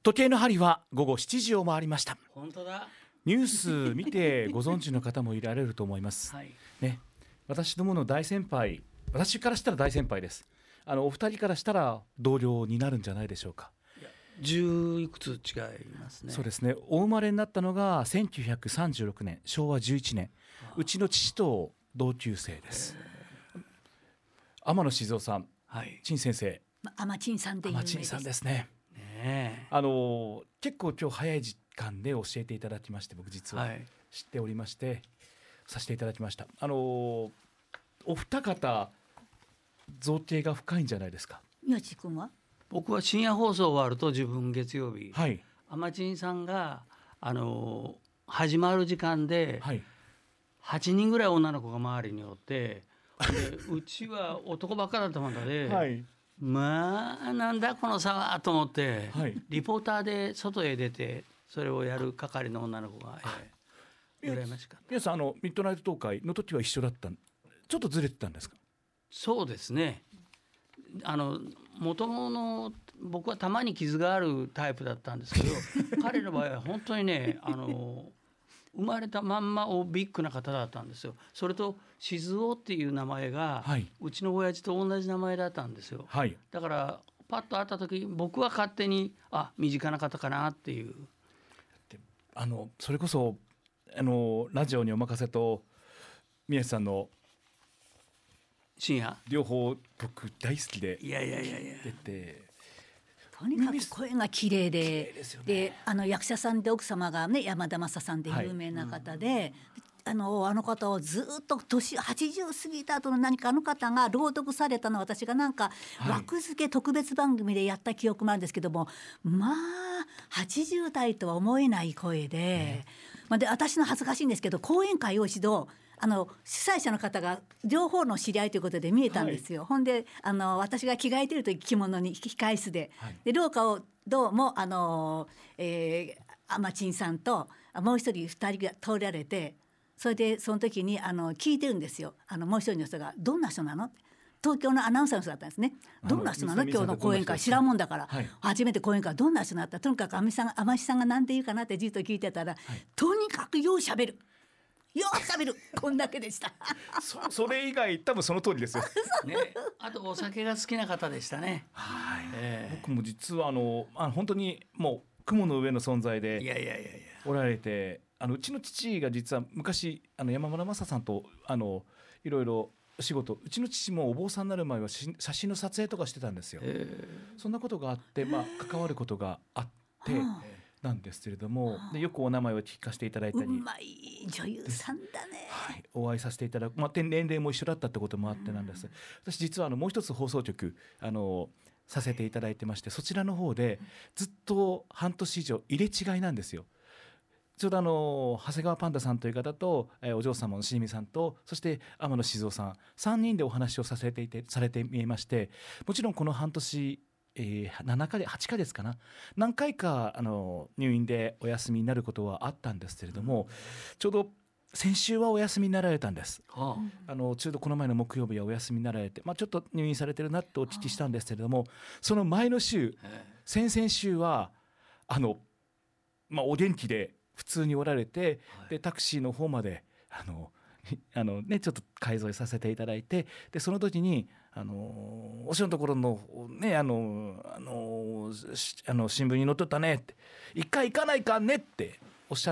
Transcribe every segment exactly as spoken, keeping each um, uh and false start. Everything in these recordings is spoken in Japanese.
時計の針は午後しちじを回りました。 本当だ。 ニュース見てご存知の方もいられると思います、 はいね、私どもの大先輩、私からしたら大先輩です。あのお二人からしたら同僚になるんじゃないでしょうか。 十いくつ違いますね。 そうですね。お生まれになったのがせんきゅうひゃくさんじゅうろくねん、しょうわじゅういちねん。うちの父と同級生です。天野静夫さん、 はい、 陳先生、 天陳さんで有名です。 天陳さんですね。 ねあの結構今日早い時間で教えていただきまして、僕実は知っておりまして、はい、させていただきました。あのお二方造形が深いんじゃないですか。 宮地君は？ 僕は深夜放送終わると自分月曜日、 はい、 天陳さんがあの始まる時間で、はい、はちにんぐらい女の子が周りにおってでうちは男ばっかだったもんだで、はい、まあなんだこの差はと思って、はい、リポーターで外へ出てそれをやる係の女の子が、えー、羨ましかった。 皆さんあのミッドナイト東海の時は一緒だった、ちょっとずれてたんですか？ そうですね。あの元々僕はたまに傷があるタイプだったんですけど彼の場合は本当にねあの生まれたまんまおビッグな方だったんですよ。それと静雄っていう名前が、はい、うちの親父と同じ名前だったんですよ、はい、だからパッと会った時僕は勝手にあ身近な方かなっていう。 であのそれこそあのラジオにお任せと宮地さんの深夜両方僕大好きでいやいやいやいや出て、 とにかく声が綺麗で、であの役者さんで奥様がね山田正さんで有名な方で、はい、あのあの方をずっと年はちじゅう過ぎた後の何かあの方が朗読されたのを私がなんか枠付け特別番組でやった記憶もあるんですけども、まあはちじゅうだいとは思えない声で、ね、まあ、で私の恥ずかしいんですけど講演会を一度あの主催者の方が両方の知り合いということで見えたんですよ、はい、ほんであの私が着替えてると着物に控室で、はい、で廊下をどうもあの、えー、天陳さんともう一人二人が通られて、それでその時にあの聞いてるんですよ。あのもう一人の人がどんな人なの、東京のアナウンサーの人だったんですね。どんな人なの今日の講演会知らんもんだから、はい、初めて講演会どんな人だった、とにかく天地さんが何て言うかなってじっと聞いてたら、はい、とにかくようしゃべるようしゃべるこんだけでしたそ, それ以外多分その通りですよ、 ね、あとお酒が好きな方でしたね。 はい、えー、僕も実はあのあの本当にもう雲の上の存在でおられて、あのうちの父が実は昔あの山村正さんとあのいろいろ仕事、うちの父もお坊さんになる前は写真の撮影とかしてたんですよ。そんなことがあって、まあ、関わることがあってなんですけれども、でよくお名前を聞かせていただいたり、 うまい女優さんだね、 はい、お会いさせていただく、まあ、年齢も一緒だったってこともあってなんです。私実はあのもう一つ放送局あのさせていただいてまして、そちらの方でずっと半年以上入れ違いなんですよ。ちょうどあの長谷川パンダさんという方と、えー、お嬢様のしじみさんと、そして天野静夫さんさんにんでお話をさせていてされてみえまして、もちろんこの半年えー、ななかげつはちかげつかな、何回かあの入院でお休みになることはあったんですけれども、ちょうど先週はお休みになられたんです、はあ、あのちょうどこの前の木曜日はお休みになられて、まあ、ちょっと入院されてるなとお聞きしたんですけれども、その前の週、先々週はあの、まあ、お元気で普通におられて、でタクシーの方まであのあのね、ちょっと改造させていただいて、でその時にあのお師匠のところのね、あのあのあの新聞に載っとったねって、一回行かないかねっておっしゃって、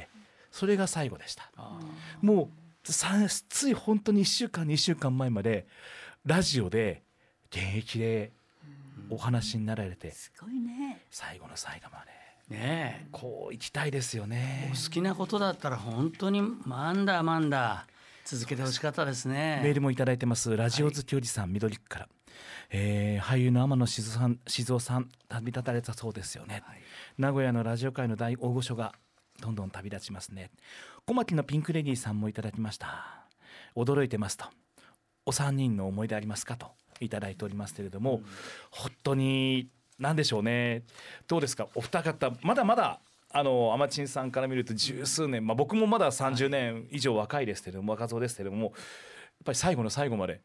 それが最後でした。もうつい本当にいっしゅうかんにしゅうかんまえまでラジオで現役でお話になられて、 すごいね、 最後の最後までねえ、 こう行きたいですよね。 お好きなことだったら本当にマンダーマンダー続けてほしかったですね。 メールもいただいてます。ラジオ好きおじさん、はい、緑区から、えー、俳優の天野静夫さん旅立たれたそうですよね、はい、名古屋のラジオ界の大大御所がどんどん旅立ちますね。小牧のピンクレディーさんもいただきました。驚いてますと、お三人の思い出ありますかといただいておりますけれども、うん、本当に何でしょうね。どうですかお二方、まだまだあの天陳さんから見ると十数年、まあ、僕もまださんじゅうねん以上若いですけれども、若造ですけれども、やっぱり最後の最後まで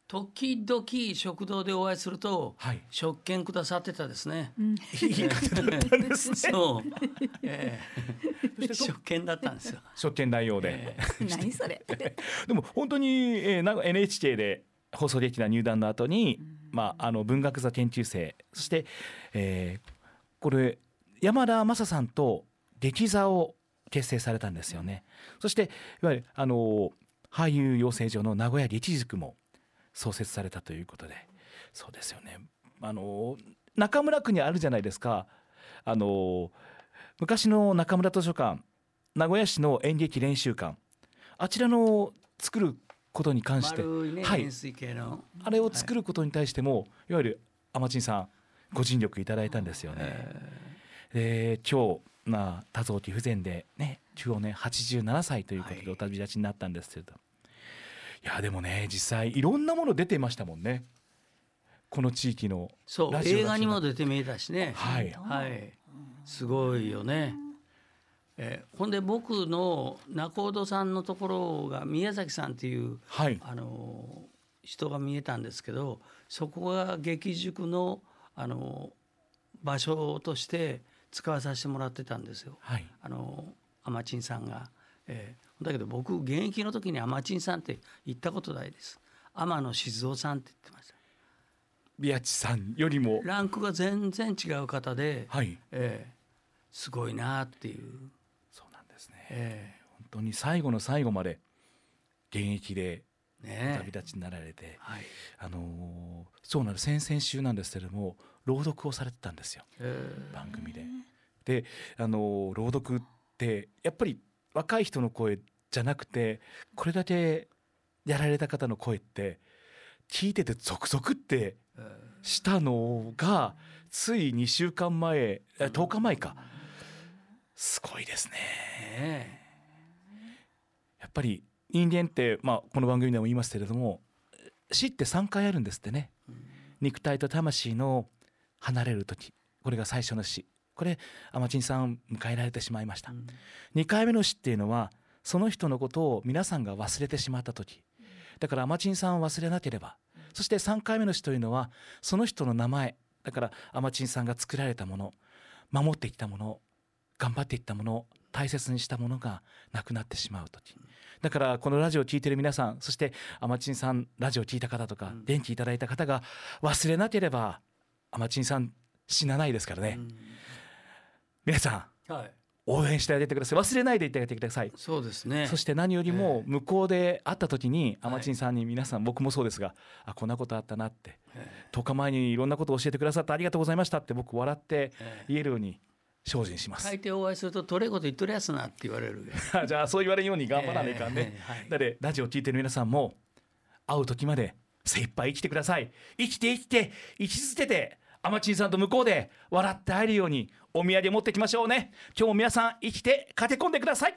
時々食堂でお会いすると、 はい、 食券くださってたですね。 うん、 いい方だったんですね。 そう、えー、食券だったんですよ。 食券内容で、 えー、 何それでも本当に、えー、なんか エヌエイチケー で放送劇団入団の後に、まあ、あの文学座研究生、そして、えー、これ山田雅さんと劇座を結成されたんですよね。そしていわゆるあの俳優養成所の名古屋劇塾も創設されたということで、そうですよね。あの中村区にあるじゃないですか。あの昔の中村図書館、名古屋市の演劇練習館、あちらの作ることに関して、 丸いね、 はい、 円錐形のあれを作ることに対しても、はい、いわゆるアマチンさんご尽力いただいたんですよね。で今日、まあ、多臓器不全でね、中年はちじゅうななさいということでお旅立ちになったんですけれど、はい、いやでもね、実際いろんなもの出てましたもんね、この地域の。 そう映画にも出てみえたしね、 はい、 はい、すごいよね。えー、ほんで僕の仲人さんのところが宮崎さんっていう、 はい、 あの人が見えたんですけど、そこが劇塾の、あの場所として使わさせてもらってたんですよ、 はい、 あのアマチンさんが、えー、だけど僕現役の時にアマチンさんって言ったことないです。天野静雄さんって言ってました。 宮地さんよりもランクが全然違う方で、 はい、 えー、すごいなっていう。 そうなんですね、 えー、 本当に最後の最後まで現役でね、 旅立ちになられて、 はい、 あのー、そうなる先々週なんですけれども朗読をされてたんですよ、 えー、 番組で。で、あのー、朗読ってやっぱり若い人の声じゃなくて、これだけやられた方の声って聞いててゾクゾクってしたのがついにしゅうかんまえ、とおかまえか、すごいですね。 ね、 やっぱり人間って、まあ、この番組でも言いますけれども、死ってさんかいあるんですってね、うん、肉体と魂の離れる時、これが最初の死、これアマチンさん迎えられてしまいました、うん、にかいめの死っていうのはその人のことを皆さんが忘れてしまった時だから、アマチンさんを忘れなければ。そしてさんかいめの死というのはその人の名前だから、アマチンさんが作られたもの、守っていったもの、頑張っていったもの、大切にしたものがなくなってしまう時だから、このラジオを聞いている皆さん、そしてアマチンさんラジオを聞いた方とか、うん、元気いただいた方が忘れなければアマチンさん死なないですからね、うん、皆さん、はい、応援してあげてください。忘れないでいてあげてください。 そうですね。 そして何よりも向こうで会った時に、アマチンさんに皆さん、僕もそうですが、あ、こんなことあったなって、とおかまえにいろんなことを教えてくださってありがとうございましたって僕笑って言えるように精進します。 大抵お会いするとトレコと言っとるやつなって言われるじゃあそう言われるように頑張らないかんね、えーはい、だってラジオを聞いてる皆さんも会う時まで精一杯生きてください。生きて生きて生き続けて、アマチンさんと向こうで笑って会えるようにお土産持ってきましょうね。今日も皆さん生きて駆け込んでください。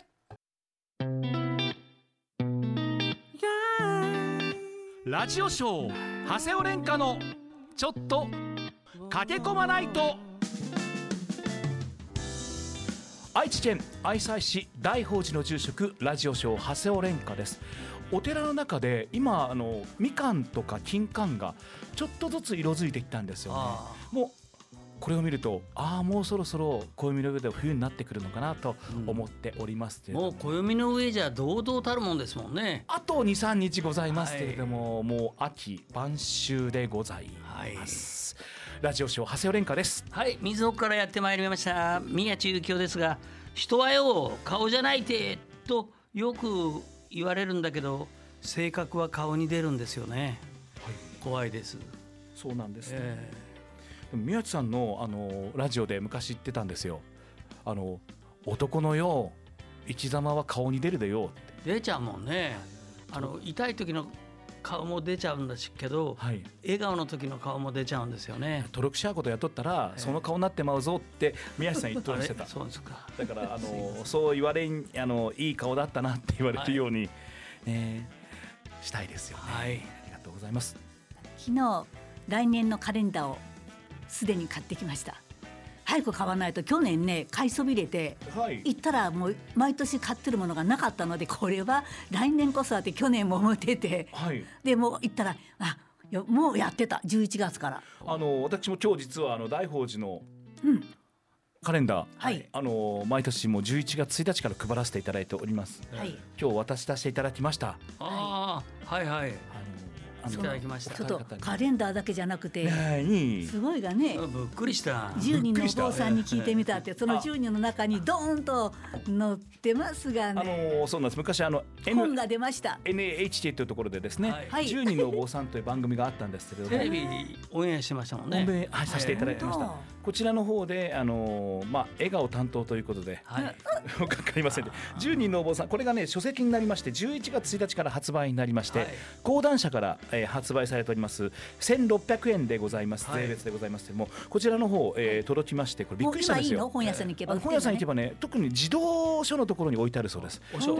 ラジオショー長谷尾廉歌のちょっと駆け込まないと。愛知県愛西市大宝寺の住職、ラジオショー長谷尾廉歌です。お寺の中で今あのみかんとか金柑がちょっとずつ色づいてきたんですよね。もうこれを見ると、ああもうそろそろ暦の上で冬になってくるのかなと思っておりますけれども、 うん、もう暦の上じゃ堂々たるもんですもんね。 あと にさんにちございますけれども、はい、もう秋晩秋でございます、はい、ラジオショー長谷尾廉歌です。 はい、水穂からやってまいりました宮地幸雄ですが、人はよ顔じゃないてとよく言われるんだけど、性格は顔に出るんですよね、はい、怖いです。 そうなんですね、えー、でも宮地さんの、あのラジオで昔言ってたんですよ。あの男のよ生き様は顔に出るでよって。 出ちゃうもんね。あの痛い時の顔も出ちゃうんだしけど、はい、笑顔の時の顔も出ちゃうんですよね。 トルクシャーコと雇ったら、えー、その顔になってまうぞって宮地さん言ってらっしゃったそうですか。 だからあのそう言われん、あのいい顔だったなって言われるように、はい、ね、したいですよね、はい、ありがとうございます。 昨日来年のカレンダーをすでに買ってきました。 早く買わないと去年ね買いそびれて、 はい、 行ったらもう毎年買ってるものがなかったのでこれは来年こそはって去年も思ってて、 はい、 でもう行ったらあもうやってたじゅういちがつから。 あの私も今日実はあの大宝寺の、 うんカレンダー、 はい、 あの毎年もうじゅういちがつついたちから配らせていただいております、 はい、 今日渡しさせていただきました。 ああ、はいはい、 あのいただきました。 ちょっとカレンダーだけじゃなくてすごいがね、 ぶっくりしたじゅうにんのお坊さんに聞いてみたってそのじゅうにんの中にドーンと載ってますがね、 あのそうなんです。昔あの、 N、本が出ましたエヌエイチケー というところでですね、はい、じゅうにんのお坊さんという番組があったんですけれどもテレビオンエアしてましたもんね。 オンエアさせていただきました。こちらの方であのー、まあ笑顔担当ということで、はい、わかりませんで、じゅうにんのお坊さん、これがね書籍になりましてじゅういちがつついたちから発売になりまして、はい、講談社から、えー、発売されておりますせんろっぴゃくえんでございます、はい、税別でございますけども、こちらの方、えー、届きまして、これびっくりしたんですよ。 もう今いいの？本屋さんに行けば売ってるね。 本屋さんに行けばね、特に児童書のところに置いてあるそうです。 お書、 はい、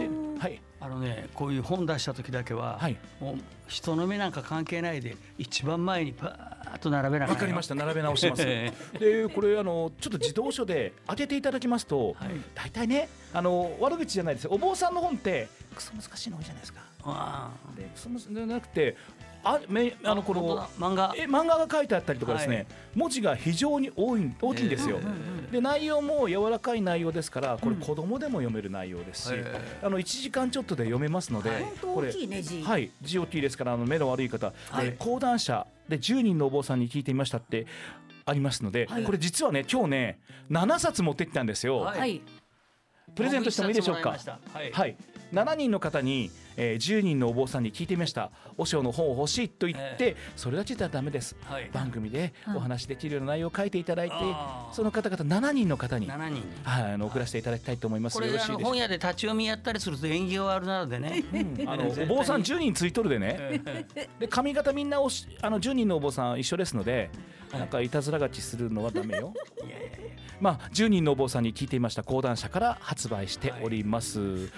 あのね、こういう本出した時だけは、はい、もう人の目なんか関係ないで一番前にパーッと並べながら。 わかりました、並べ直しますでこれあのちょっと児童書で当てていただきますと、はい、大体ね、あの悪口じゃないですよ、お坊さんの本ってクソ難しいの多いじゃないですか。あでクソ難しいじゃなくて、あめあのこの漫画え漫画が書いてあったりとかですね、はい、文字が非常に多い大きいんですよ、えー、で内容も柔らかい内容ですから、これ子供でも読める内容ですし、うん、あのいちじかんちょっとで読めますので、はい、 これ大きいね、字、 はい、字大きいですから、あの目の悪い方、はい、講談社でじゅうにんのお坊さんに聞いてみましたってありますので、はい、これ実はね今日ねななさつ持ってきたんですよ、はい、プレゼントしてもいいでしょうか。はい、はい、しちにんの方に、えー、じゅうにんのお坊さんに聞いてみました。和尚の本を欲しいと言って、えー、それだけじゃダメです、はい、番組でお話できるような内容を書いていただいて、うん、その方々しちにんの方にしちにん、はい、あの送らせていただきたいと思います。 これあの本屋で立ち読みやったりすると縁起が悪なのでね、 うん、あのお坊さんじゅうにんついとるでねで髪型みんなおしあのじゅうにんのお坊さん一緒ですので、なんかいたずら勝ちするのはダメよいやいやいや、まあ、じゅうにんのお坊さんに聞いてみました、講談社から発売しております、はい、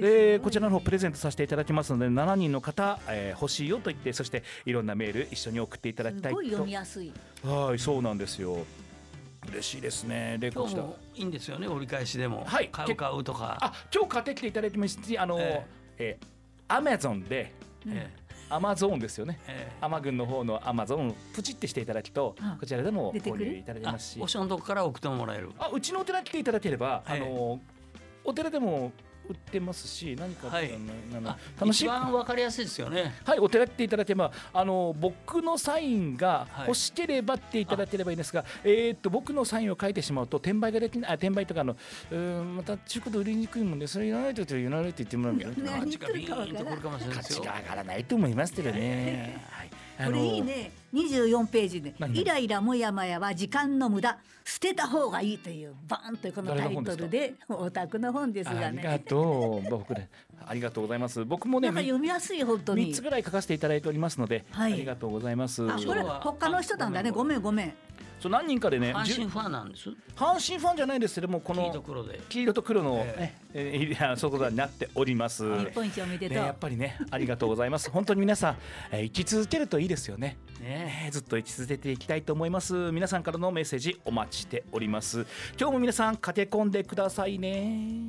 でこちらの方プレゼントさせていただきますので、しちにんの方、えー、欲しいよと言って、そしていろんなメール一緒に送っていただきたいと。 すごい読みやすい。 はい、そうなんですよ。嬉しいですね。で今日もいいんですよね、折り返しでも、はい、買う買うとか、 あ今日買ってきていただいてますし、あの、えーえー、アマゾンで、えーアマゾーンですよね、えー、アマ軍の方のアマゾーンプチってしていただくと、こちらでも購入いただけますし、 お城のとこから送ってもらえる。 あうちのお寺来ていただければ、えー、あのお寺でも売ってますし、何か、はい、あの楽しい、一番わかりやすいですよね。 はい、お寺来ていただければ、あの僕のサインが欲しければっていただければいいんですが、はい、えー、っと僕のサインを書いてしまうと転売ができない、あ転売とかあのうーんまた中古で売りにくいもんで、それ言わないと言わないと言ってもらうけど、 価値がビーンとくるかもしれないですよ。 価値が上がらないと思いますけどね。はい、 これいいね、にじゅうよんページでイライラもやもやは時間の無駄、捨てた方がいいというバーンというこのタイトルでお宅の本ですがね。 ありがとう僕ね、ありがとうございます。僕もねなんか読みやすい、本当にみっつぐらい書かせていただいておりますので、はい、ありがとうございます。 あこれ他の人なんだね、ごめんごめん。 そう何人かでね、 阪神ファンなんです。 阪神ファンじゃないですけども、この黄色と黒で黄色と黒の、えーえー、そういうことになっております。 日本一おめでとう、 ね、やっぱりねありがとうございます。本当に皆さん、えー、生き続けるといいですよね。ねずっと生き続けていきたいと思います。皆さんからのメッセージお待ちしております。今日も皆さん駆け込んでくださいね。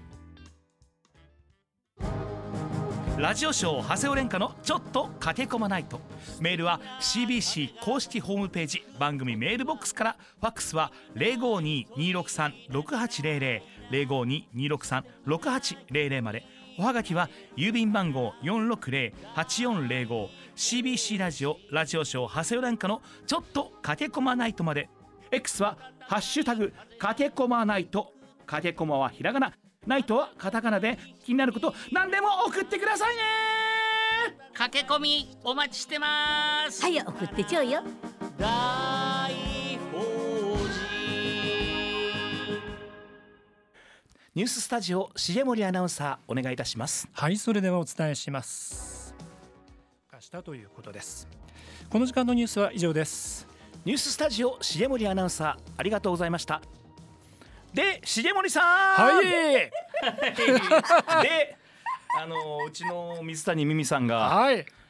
ラジオショー長谷尾廉歌のちょっと駆け込まないと。メールは シービーシー 公式ホームページ番組メールボックスから、ファックスは ゼロごにーにーろくさんろくはちゼロゼロ ゼロごにーにーろくさんろくはちゼロゼロまで。おはがきは郵便番号 よんろくゼロ はちよんゼロご シービーシー ラジオラジオショー長谷尾廉歌のちょっと駆け込まないとまで。 X はハッシュタグ駆け込まないと、駆け込まはひらがな、ナイトはカタカナで、気になること何でも送ってくださいね。 駆け込みお待ちしてます。 はい送ってちょうよ。 大宝寺ニューススタジオ重森アナウンサーお願いいたします。 はい、それではお伝えします。明日ということです。この時間のニュースは以上です。 ニューススタジオ重森アナウンサーありがとうございました。で重森さん、 はいであのうちの水谷美美さんが、 はい、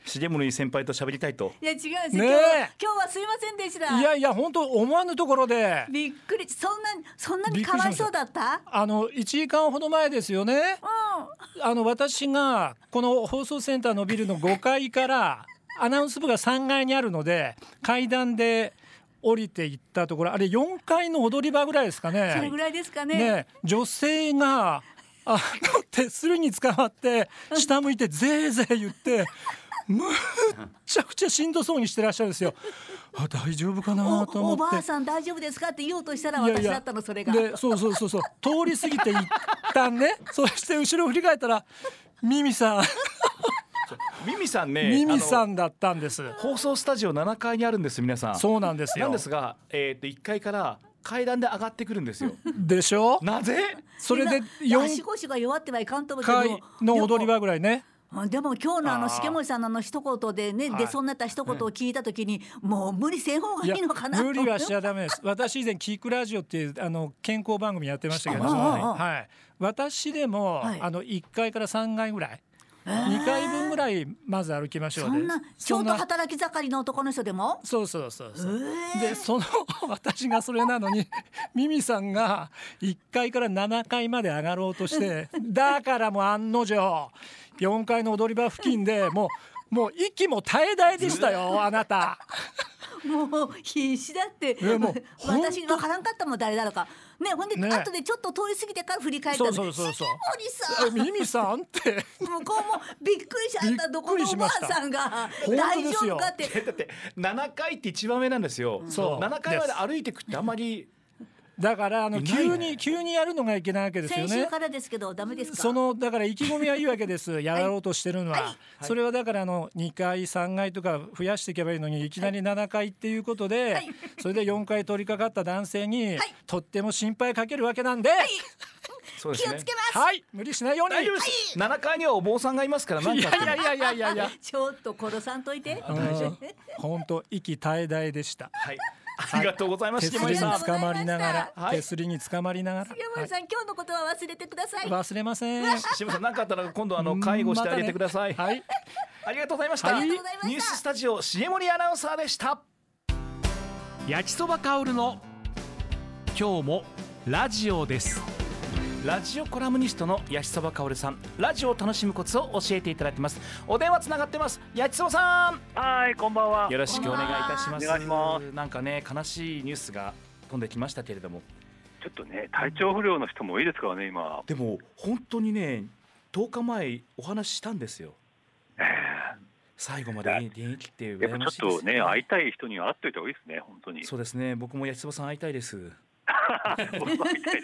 重森先輩と喋りたいと。 いや違うんですねえよ、今日今日はすいませんでした。 いやいや本当思わぬところでびっくり、そんなそんなにかわいそうだった？ あのいちじかんほど前ですよね、 うん、 あの私がこの放送センターのビルのごかいからアナウンス部がさんがいにあるので階段で降りていったところ、あれよんかいの踊り場ぐらいですかね。 それぐらいですかね。 ね、女性があの手すりに捕まって下向いてぜーぜー言ってむっちゃくちゃしんどそうにしてらっしゃるんですよ。あ、大丈夫かなと思って、 お, おばあさん大丈夫ですかって言おうとしたら私だったの。それがでそうそうそうそう通り過ぎていったんねそして後ろ振り返ったらミミさんミミさんね、 ミミさんだったんです。 放送スタジオななかいにあるんです皆さん。 そうなんですよ。 なんですが、えー、といっかいから階段で上がってくるんですよ。 でしょ。 なぜ？ それでよん足腰が弱ってはいかんと思うけどかいの踊り場ぐらいね。 でも今日のあの重森さんのあの一言でね、 はいでそうなった一言を聞いたときに、もう無理せん方がいいのかなと。 無理はしちゃダメです。私以前キークラジオっていうあの健康番組やってましたけども、 ああああはい、私でも、 はいあのいっかいからさんがいぐらい、にかいぶんぐらいまず歩きましょうで、 そんなちょうど働き盛りの男の人でも。 そうそうそうそう、 えーでその私がそれなのにミミさんがいっかいからななかいまで上がろうとしてだからもう案の定よんかいの踊り場付近でもうもう息も絶え絶えでしたよあなた。 もう必死だってえもう私分からんかったもん誰だろうかね。ほんで、 ね後でちょっと通り過ぎてから振り返ったら、 そうそうそうそう重森さんミミさんって向こうもびっくりしちゃった。どこのおばあさんがびっくりしました大丈夫かってだってななかいって一番目なんですよ。 そうななかいまで歩いてくってあんまりだからあのいないね急に急にやるのがいけないわけですよね。 先週からですけどダメですか？ そのだから意気込みはいいわけですやろうとしてるのは、 はいそれはだからあのにかいさんがいとか増やしていけばいいのにいきなりななかいっていうことで、 はいそれでよんかい取り掛かった男性に、 はいとっても心配かけるわけなんで、はい、 そうですね。 気をつけます、 無理しないように。 大丈夫です。ななかいにはお坊さんがいますからなんいかあってもやいやいやいやいやちょっと殺さんといて。 本当息絶え絶えでした。 はい。ありがとうございます。 手すりに重森さん。 捕まりながら、 はい手すりに捕まりながら、 重森さん、今日のことは忘れてください。 忘れません。 重森さん何かあったら今度あの介護してあげてください。 またねはい。 ありがとうございました。 はいニューススタジオ重森アナウンサーでした。 焼きそば香るの今日もラジオです。 ラジオコラムニストの八千そばかおるさん、ラジオを楽しむコツを教えていただいてます。お電話つながってます。八千そばさん、 はい、こんばんは。 よろしくお願いいたします。 お願いします。 なんかね、悲しいニュースが飛んできましたけれども、 ちょっとね、体調不良の人も多いですからね、今。 でも本当にね、とおかまえお話ししたんですよ。 えー最後まで現役ってやっ羨ぱちょっとましいですね。 ね、会いたい人には会っといた方がいいですね、本当に。 そうですね。僕も八千そばさん会いたいです。 僕も会いたい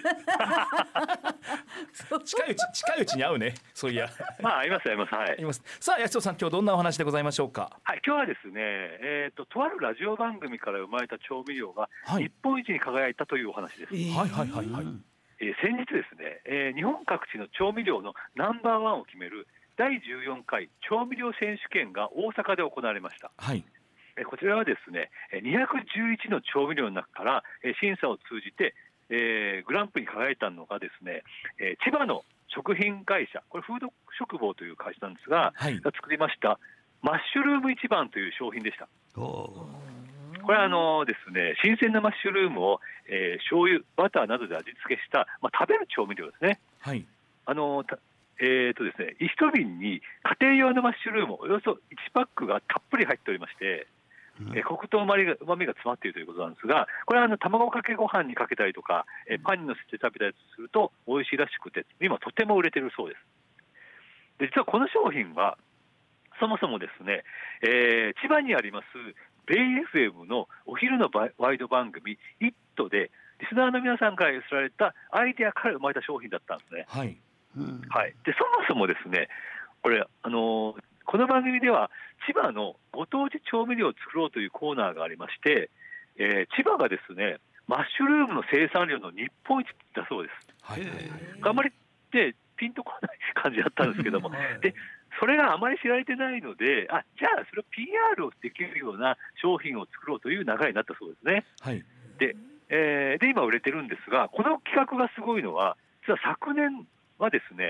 です近いうち近いうちに会うね。そういや。 まあ、会います、会います。はい会い。ます。さあ八千そばさん、今日どんなお話でございましょうか。 はい、今日はですね、えっと、とあるラジオ番組から生まれた調味料がはい日本一に輝いたというお話です。 はいはいはいはい。 えー先日ですね、えー日本各地の調味料のナンバーワンを決めるだいじゅうよんかい調味料選手権が大阪で行われました。 はい。 えーこちらはですね、えーにひゃくじゅういちの調味料の中から、えー審査を通じて、えーグランプリに輝いたのがですね、えー千葉の食品会社、これフード食房という会社なんですが、 はい。 が作りましたマッシュルーム一番という商品でした。これはあのですね、新鮮なマッシュルームを、えー、醤油、バターなどで味付けした、まあ、食べる調味料ですね。 はい。 あのたえーとですね、一瓶に家庭用のマッシュルームおよそいちパックがたっぷり入っておりまして、うんえー、コクとうまみがうまみが詰まっているということなんですが、これはあの卵かけご飯にかけたりとか、えー、パンにのせて食べたりすると美味しいらしくて、今とても売れているそうです。で実はこの商品はそもそもですね、えー、千葉にありますベイ エフエム のお昼のワイド番組「イット!」でリスナーの皆さんから寄せられたアイデアから生まれた商品だったんですね。 はい。 はい、でそもそもですね、これ、あのーこの番組では千葉のご当地調味料を作ろうというコーナーがありまして、えー、千葉がですねマッシュルームの生産量の日本一だそうです。 はい。 あまりってピンとこない感じだったんですけどもでそれがあまり知られてないので、あじゃあそれを ピーアール をできるような商品を作ろうという流れになったそうですね。 はい。 で、えー、で今売れてるんですが、この企画がすごいのは実は昨年はですね、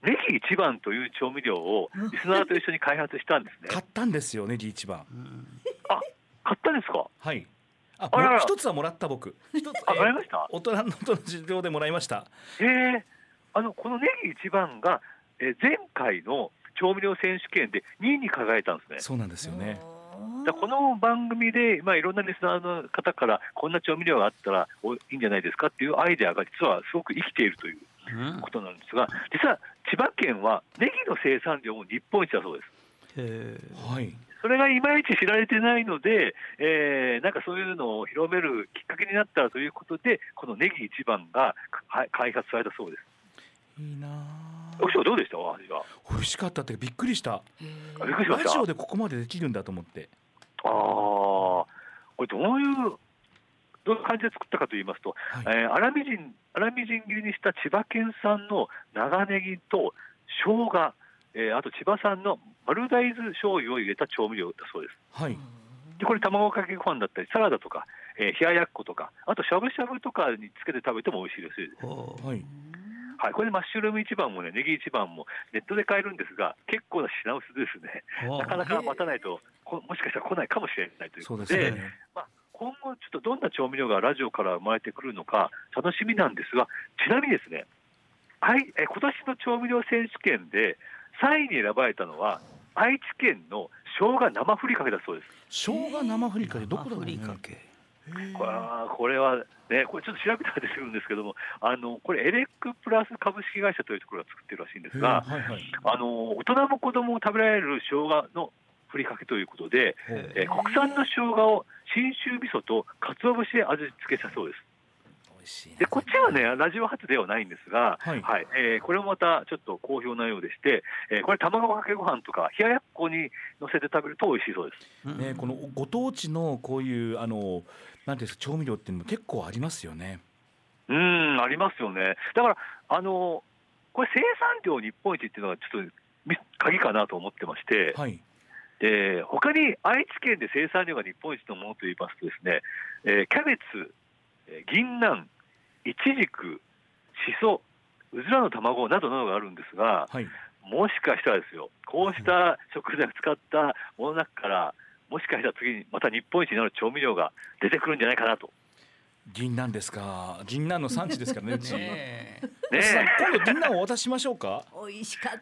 ネギ一番という調味料をリスナーと一緒に開発したんですね。 買ったんですよネギ一番。 あ、買ったんですか。 はい。あ、 あらら一つはもらった僕。一つあ、もらいました。 大人のとの事情でもらいました。 えー、あのこのネギ一番が、えー、前回の調味料選手権でにいに輝いたんですね。 そうなんですよね。 だこの番組で、まあ、いろんなリスナーの方からこんな調味料があったらおいいんじゃないですかっていうアイデアが実はすごく生きているということなんですが、実は千葉県はネギの生産量も日本一だそうです。 へはい。 それがいまいち知られてないので、えー、なんかそういうのを広めるきっかけになったということで、このネギ一番が開発されたそうです。 いいなお師匠どうでした？お味は。 美味しかったってびっくりした。 びっくりしました。 ラジオでここまでできるんだと思って。 ああ、これどういうどういう感じで作ったかと言いますと、はい、えー、粗みじん粗みじん切りにした千葉県産の長ネギと生姜、えー、あと千葉産の丸大豆醤油を入れた調味料だそうです。 はい。 でこれ卵かけご飯だったりサラダとか、えー、冷ややっことか、あとしゃぶしゃぶとかにつけて食べても美味しいです。 はいはい、これでマッシュルーム一番もね、ネギ一番もネットで買えるんですが、結構な品薄ですね。なかなか待たないと、もしかしたら来ないかもしれないということで、そうですね。まあ、今後ちょっとどんな調味料がラジオから生まれてくるのか楽しみなんですが、ちなみにですね、はい、え今年の調味料選手権でさんいに選ばれたのは愛知県の生姜生ふりかけだそうです。 生姜生ふりかけどこだろうね。 これは、これはね、これちょっと調べたら出てくるんですけども、あのこれエレックプラス株式会社というところが作ってるらしいんですが、はいはい、あの大人も子供も食べられる生姜のふりかけということで、えー、国産の生姜を信州味噌と鰹節で味付けしたそうです。でこっちはねラジオ初ではないんですが、はいはい、えー、これもまたちょっと好評なようでして、えー、これ卵かけご飯とか冷ややっこに乗せて食べると美味しいそうです、 ね、このご当地のこういうあのなんていうんですか、調味料っていうのも結構ありますよね。 うん、ありますよね。だからあのこれ生産量日本一っていうのがちょっと鍵かなと思ってまして、はい、で他に愛知県で生産量が日本一のものといいますとですね、えー、キャベツ、銀杏、イチジク、シソ、うずらの卵などなどがあるんですが、はい、もしかしたらですよ、こうした食材を使ったものの中からもしかしたら次にまた日本一になる調味料が出てくるんじゃないかなと。 銀杏ですか。銀杏の産地ですからね。 ねえね今度銀杏をお渡ししましょうか。 美味しかった。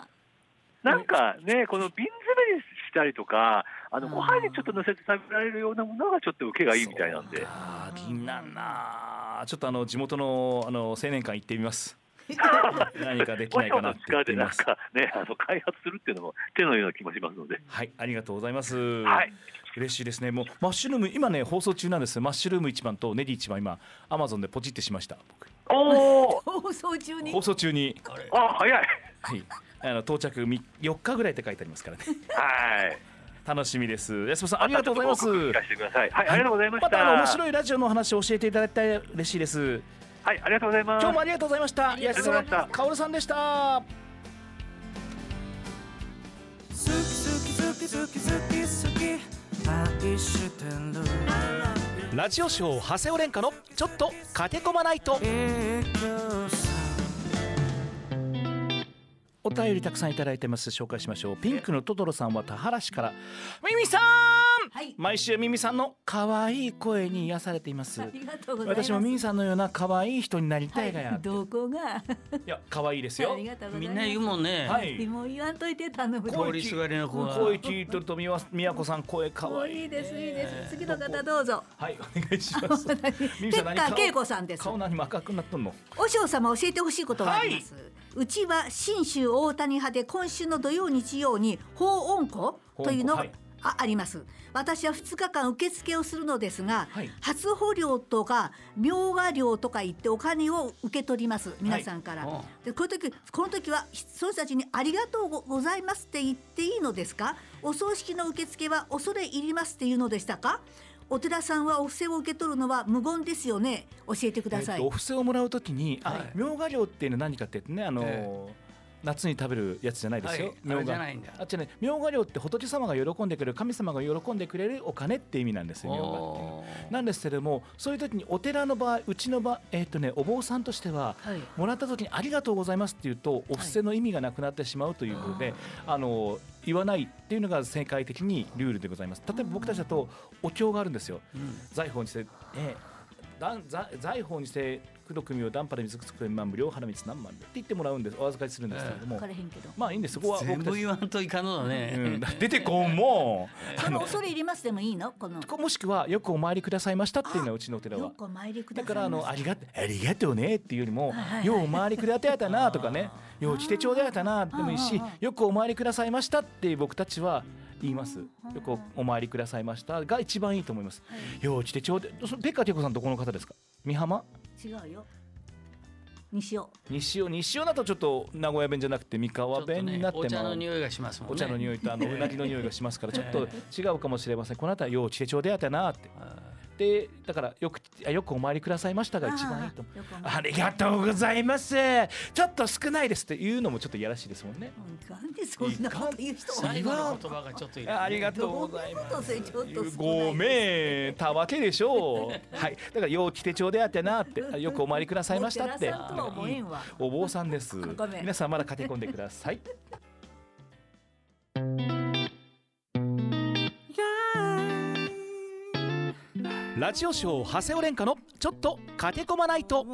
なんかね、この瓶詰めにしたりとか、あのご飯にちょっと乗せて食べられるようなものがちょっと受けがいいみたいなんで。 銀杏な、ちょっとあの地元のあの青年館行ってみます。何かできないかなって言ってみます。 なんかね、あの開発するっていうのも手のような気もしますので。 はい、ありがとうございます。 はい。 嬉しいですね。もうマッシュルーム今ね放送中なんです。マッシュルーム一番とネギ一番今アマゾンでポチってしました。僕。 おお。 放送中に。 放送中に。 あ、早い。 はい。あの到着よっかぐらいって書いてありますからね。 はい。 楽しみです。安本さんありがとうございます。 聞かせてください。はい、ありがとうございました。 またあの面白いラジオの話を教えていただいて嬉しいです。 はい、ありがとうございます。 今日もありがとうございました。 ありがとうございました。 かおるさんでした。ラジオショー長谷尾廉歌のちょっと駆け込まないと。お便りたくさんいただいてます。紹介しましょう。ピンクのトトロさんは田原市から。ミミさん、はい、毎週ミミさんの可愛い声に癒されています。 ありがとうございます。 私もミミさんのような可愛い人になりたいがや、はい、 どこがいや可愛いですよ。 ありがとうございます。 みんな言うもんね。 はい、もう言わんといて頼む。 通りすがりの子は声聞いてるとみわみやこさん声可愛い。 いいですいいです。次の方どうぞ。 はいお願いします。 ミミさん何顔恵子さんです。 顔何も赤くなっとんの。 お嬢様教えてほしいことがあります。はい、うちは信州大谷派で今週の土曜日曜に法音庫というのが あ,、はい、あ, あります。私はふつかかん受付をするのですが、はい、初穂料とか苗芽料とか言ってお金を受け取ります皆さんから、はい、でこの時この時はその人たちにありがとうございますって言っていいのですか。お葬式の受付は恐れ入りますっていうのでしたか。お寺さんはお布施を受け取るのは無言ですよね。教えてください。 えっと、お布施をもらうときに、はい、苗芽料っていうのは何かって言ってね、あのーえー夏に食べるやつじゃないですよ、 はい、あれじゃないんだ。 あっちね、明賀料って仏様が喜んでくれる、神様が喜んでくれるお金って意味なんですよ、明賀っていう。なんですけれども、そういう時にお寺の場合、うちの場合、えーとね、お坊さんとしては、はい、もらった時にありがとうございますって言うとお布施の意味がなくなってしまうということで、はい、あの言わないっていうのが正解的にルールでございます。例えば僕たちだとお経があるんですよ、うん、財宝にして、えー、財宝にして工藤組をダンパで水くつく万無料花光何万って言ってもらうんです、お預かりするんですけれども、まあいいんです、そこは全部言わんといかんのだね、 うん、出てこんもんその恐れ入りますでもいいの、このもしくはよくお参りくださいましたっていうのはうちのお寺は、 よくお参りくださいました、 だからあのありがありがとうねっていうよりも、はいはいはい、ようお参りくださったなとかね、よう来てちょうだいたなでもいいし、よくお参りくださいましたって僕たちは言います。よくお参りくださいましたが一番いいと思います、はい、よう来てちょうだい。ベッカーテコさんどこの方ですか？美浜？ 違うよ、西尾。 西尾西尾だとちょっと名古屋弁じゃなくて三河弁になっても、ね、お茶の匂いがしますもんね。 お茶の匂いとあのうなぎの匂いがしますからちょっと違うかもしれません。この辺りよう来てちょうだいやったなってで、だからよくよくお参りくださいましたが一番いいと思う。 あ, ありがとうございます、ちょっと少ないですっていうのもちょっといやらしいですもんね。 なんでそんなこと言う人最後の言葉がちょっといい、ね、 ありがとうございます、ごめんたわけでしょうはい、だからよう来てちょうでやってなってよくお参りくださいましたってお坊さんです。皆さんまだ駆け込んでください。ラジオショー長谷尾廉歌のちょっと駆け込まないと。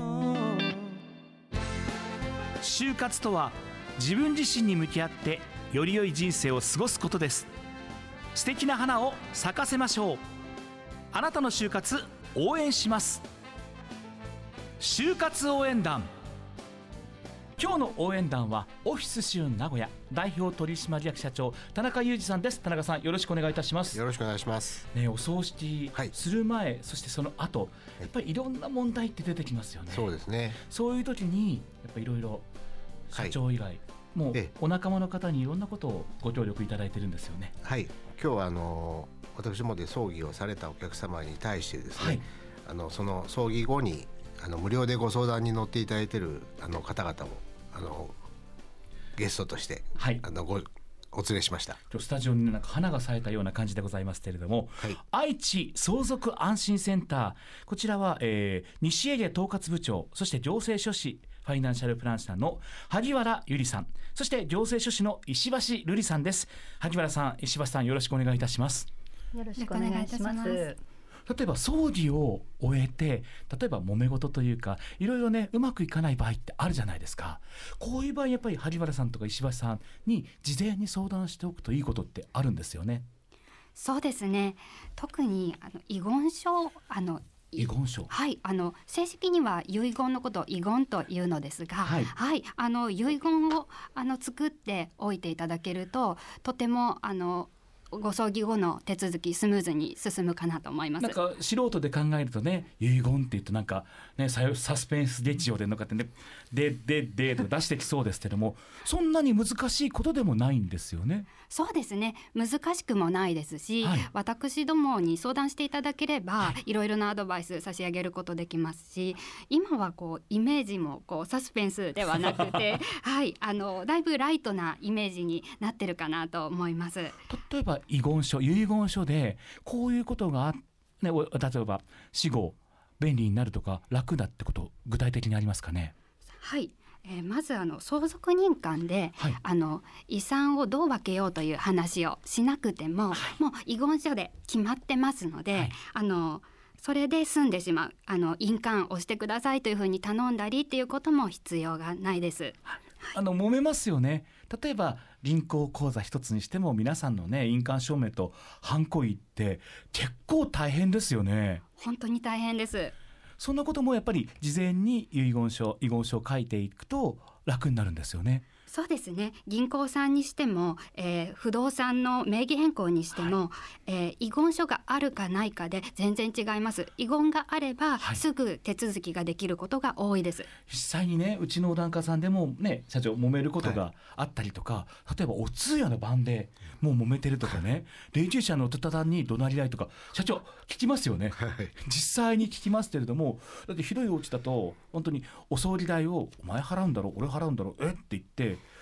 就活とは自分自身に向き合ってより良い人生を過ごすことです。素敵な花を咲かせましょう。あなたの就活応援します。就活応援団。今日の応援団はオフィスシューン名古屋代表取締役社長田中裕二さんです。田中さんよろしくお願いいたします。 よろしくお願いします、 ね、お葬式する前、はい、そしてその後やっぱりいろんな問題って出てきますよね。 そうですね。 そういう時にやっぱりいろいろ社長以外、はい、もうお仲間の方にいろんなことをご協力いただいてるんですよね。 はい、今日はあの私もで葬儀をされたお客様に対してですね、はい、あのその葬儀後にあの無料でご相談に乗っていただいているあの方々もあのゲストとして、はい、あのごお連れしました。 スタジオになんか花が咲いたような感じでございますけれども、はい、愛知相続安心センター、こちらは、えー、西エリア統括部長、そして行政書士ファイナンシャルプランナーの萩原由里さん、そして行政書士の石橋瑠璃さんです。萩原さん、石橋さん、よろしくお願いいたします。 よろしくお願いします。 例えば葬儀を終えて、例えば揉め事というかいろいろねうまくいかない場合ってあるじゃないですか。こういう場合やっぱり萩原さんとか石橋さんに事前に相談しておくといいことってあるんですよね。 そうですね。特にあの遺言書あの遺言書、 はい、あの正式には遺言のことを遺言というのですが、はいはい、あの遺言をあの作っておいていただけるととてもあのご葬儀後の手続きスムーズに進むかなと思います。 なんか素人で考えるとね、遺言って言うとなんか、ね、サスペンス劇場でのかってねでででと出してきそうですけども、そんなに難しいことでもないんですよね。 そうですね、難しくもないですし、はい、私どもに相談していただければ、はい、いろいろなアドバイス差し上げることできますし、今はこうイメージもこうサスペンスではなくてはい、あのだいぶライトなイメージになってるかなと思います。 例えば遺言書、遺言書でこういうことがあ、ね、例えば死後便利になるとか楽だってこと具体的にありますかね。 はい、えー、まずあの相続人間で、はい、あの遺産をどう分けようという話をしなくても、はい、もう遺言書で決まってますので、はい、あのそれで済んでしまう、あの印鑑をしてくださいというふうに頼んだりっていうことも必要がないです。はい、 あの揉めますよね。例えば銀行口座一つにしても皆さんのね印鑑証明とハンコイって結構大変ですよね。 本当に大変です。 そんなこともやっぱり事前に遺言書遺言書を書いていくと楽になるんですよね。 そうですね。銀行さんにしても、えー、不動産の名義変更にしても、はい、えー、遺言書があるかないかで全然違います。遺言があれば、はい、すぐ手続きができることが多いです。 実際にね、うちの檀家さんでもね社長揉めることがあったりとか、はい、例えばお通夜の晩でもう揉めてるとかね霊柩車の途端に怒鳴り合いとか社長聞きますよね。はい、実際に聞きますけれども、だって広いお家だと本当にお葬儀代をお前払うんだろう俺払うんだろうえって言って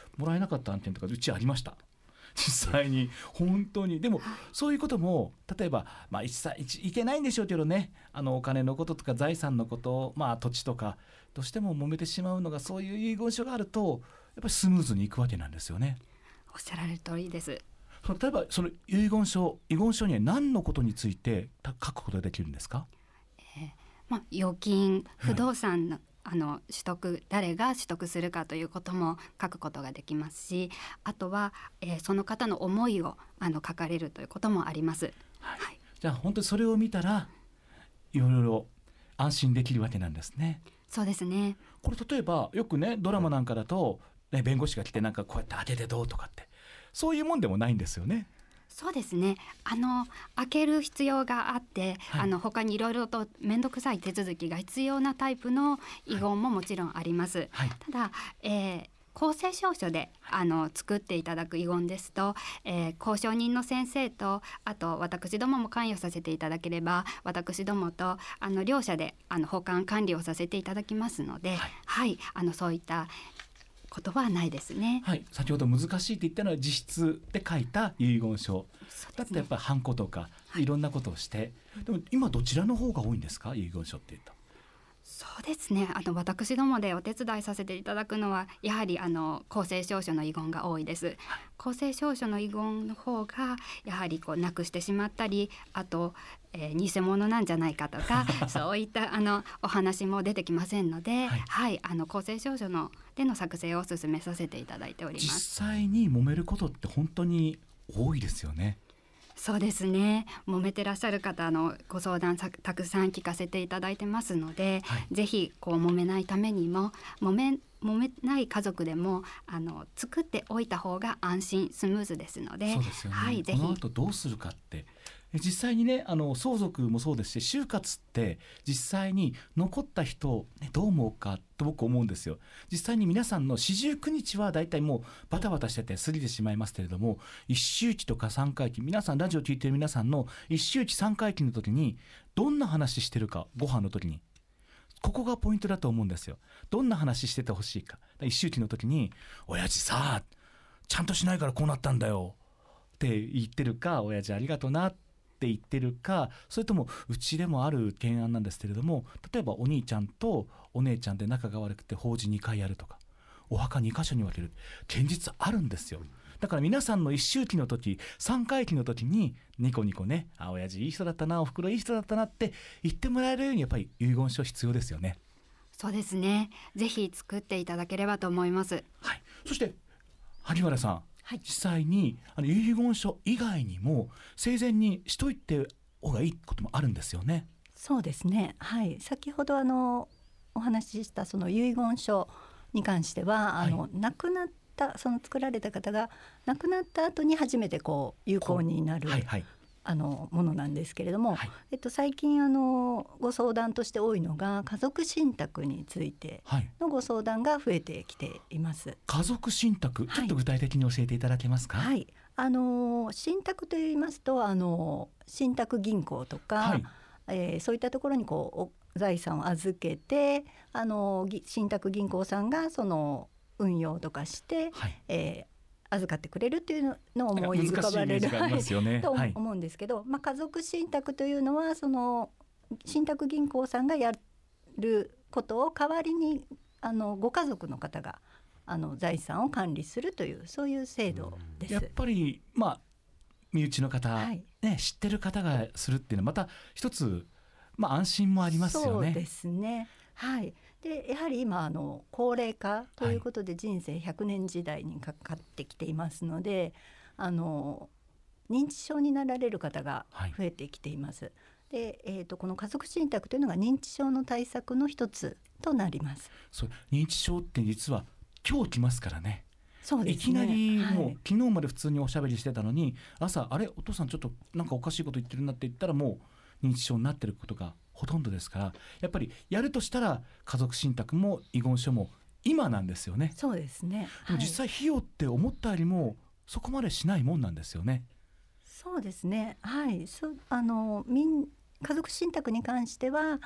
もらえなかった案件とかうちありました。実際に本当に。でもそういうことも例えば、まあ、一切いけないんでしょうけどね、あのお金のこととか財産のこと、まあ、土地とかどうしても揉めてしまうのが、そういう遺言書があるとやっぱりスムーズにいくわけなんですよね。 おっしゃられる通りです。 例えばその遺言書遺言書には何のことについて書くことができるんですか？ えーまあ、預金不動産の、はい、あの取得誰が取得するかということも書くことができますし、あとは、えー、その方の思いをあの書かれるということもあります、 はいはい、じゃあ本当にそれを見たらいろいろ安心できるわけなんですね。 そうですね。 これ例えばよくねドラマなんかだと、ね、弁護士が来てなんかこうやって当ててどうとかってそういうもんでもないんですよね。 そうですね。あの開ける必要があって、はい、あの他にいろいろと面倒くさい手続きが必要なタイプの遺言ももちろんあります、はい、ただ、えー、公正証書であの作っていただく遺言ですと、えー、交渉人の先生とあと私どもも関与させていただければ私どもとあの両者であの保管管理をさせていただきますので、はい、はい、あのそういったことはないですね、 はい、先ほど難しいって言ったのは実質で書いた遺言書、ね、だってやっぱりハンコとかいろんなことをして、はい、でも今どちらの方が多いんですか、遺言書って言うと。 そうですね、あの私どもでお手伝いさせていただくのはやはりあの公正証書の遺言が多いです、はい、公正証書の遺言の方がやはりこうなくしてしまったり、あと、えー、偽物なんじゃないかとかそういったあのお話も出てきませんので、はいはい、あの公正証書のでの作成を進めさせていただいております。 実際に揉めることって本当に多いですよね。 そうですね、揉めてらっしゃる方のご相談たくさん聞かせていただいてますので、はい、ぜひこう揉めないためにも揉め、揉めない家族でもあの作っておいた方が安心スムーズですので、 そうですよね、 はい、ぜひこの後どうするかって実際にね、あの相続もそうですし就活って実際に残った人を、ね、どう思うかと僕思うんですよ。実際に皆さんの四十九日はだいたいもうバタバタしてて過ぎてしまいますけれども、一周期とか三回忌、皆さんラジオ聞いてる皆さんの一周期三回忌の時にどんな話してるか、ご飯の時にここがポイントだと思うんですよ。どんな話しててほしいか。一周期の時に親父さちゃんとしないからこうなったんだよって言ってるか、親父ありがとなって言ってるか、それともうちでもある懸案なんですけれども、例えばお兄ちゃんとお姉ちゃんで仲が悪くて法事にかいやるとかお墓にか所に分ける現実あるんですよ。だから皆さんの一周期の時三回忌の時にニコニコね、あ親父いい人だったな、おふくろいい人だったなって言ってもらえるようにやっぱり遺言書必要ですよね。 そうですね、ぜひ作っていただければと思います、 はい、そして萩原さん、はい、実際にあの遺言書以外にも生前にしといて方がいいこともあるんですよね。 そうですね、はい、先ほどあのお話ししたその遺言書に関しては、はい、あの亡くなったその作られた方が亡くなった後に初めてこう有効になる、はいはい、あのものなんですけれども、はい、えっと、最近あのご相談として多いのが家族信託についてのご相談が増えてきています、はい、 家族信託、ちょっと具体的に教えていただけますか。 はい、あの信託といいますとあの信託銀行とか、はい、えー、そういったところにこう財産を預けてあの信託銀行さんがその運用とかして、はい、えー、預かってくれるっていうのを思い浮かばれる、ね、と思うんですけど、はい、まあ、家族信託というのはその信託銀行さんがやることを代わりにあのご家族の方があの財産を管理するというそういう制度です。 やっぱり、まあ、身内の方、はい、ね、知ってる方がするっていうのはまた一つ、まあ、安心もありますよね。 そうですね、はい、でやはり今あの高齢化ということで人生ひゃくねん時代にかかってきていますので、あの認知症になられる方が増えてきています、はい、で、えーと、この家族信託というのが認知症の対策の一つとなります。 そう認知症って実は今日来ますからね。 そうですね、 いきなりもう、はい、昨日まで普通におしゃべりしてたのに朝あれお父さんちょっとなんかおかしいこと言ってるなって言ったらもう認知症になってることがほとんどですから、やっぱりやるとしたら家族信託も遺言書も今なんですよね。 そうですね、 でも実際費用って思ったよりもそこまでしないもんなんですよね。 そうですね、はい、そあの民家族信託に関しては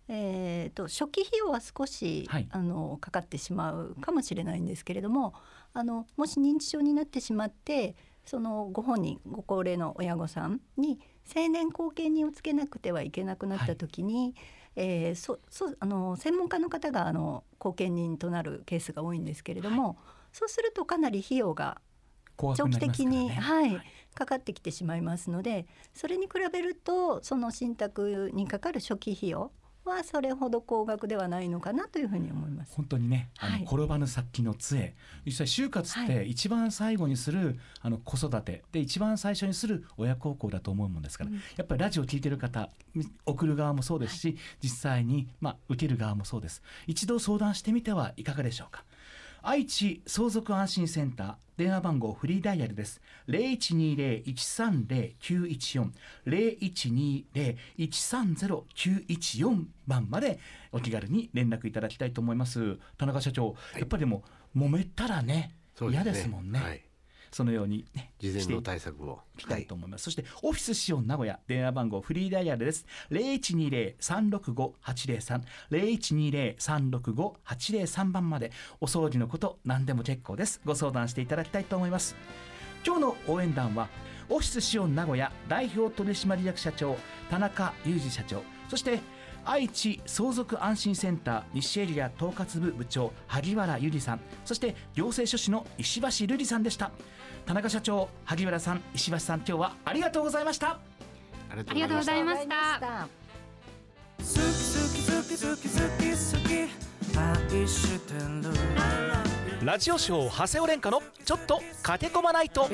えー、と初期費用は少し、はい、あのかかってしまうかもしれないんですけれども、あのもし認知症になってしまってそのご本人ご高齢の親御さんに成年後見人をつけなくてはいけなくなった時に、はいえー、そそあの専門家の方があの後見人となるケースが多いんですけれども、はい、そうするとかなり費用が長期的に、ねはいはい、かかってきてしまいますので、それに比べるとその信託にかかる初期費用はそれほど高額ではないのかなというふうに思います。 本当にね、あの、はい、転ばぬ先の杖、実際就活って一番最後にする、はい、あの子育てで一番最初にする親孝行だと思うもんですから、うん、やっぱりラジオを聞いてる方、送る側もそうですし、はい、実際に、まあ、受ける側もそうです。一度相談してみてはいかがでしょうか。愛知相続安心センター電話番号フリーダイヤルです。 ゼロいちにゼロ いちさんゼロ きゅういちよん ゼロいちにゼロ いちさんゼロ きゅういちよん 番までお気軽に連絡いただきたいと思います。田中社長、はい、やっぱりでも揉めたらね嫌で、ね、ですもんね、はい、そのように、ね、 事前の対策をしたいと思います。そしてオフィスシオン名古屋電話番号フリーダイヤルです。 ゼロいちにゼロ さんろくご はちゼロさん ゼロいちにゼロ さんろくご はちゼロさん 番までお掃除のこと何でも結構です。ご相談していただきたいと思います。今日の応援団はオフィスシオン名古屋代表取締役社長田中裕二社長、そして愛知相続安心センター西エリア統括部部長萩原由里さん、そして行政書士の石橋瑠璃さんでした。田中社長、萩原さん、石橋さん、今日はありがとうございました。 ありがとうございました。 ラジオショー長谷尾廉歌のちょっと駆け込まないと。教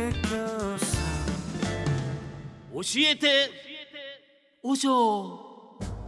えておしょう。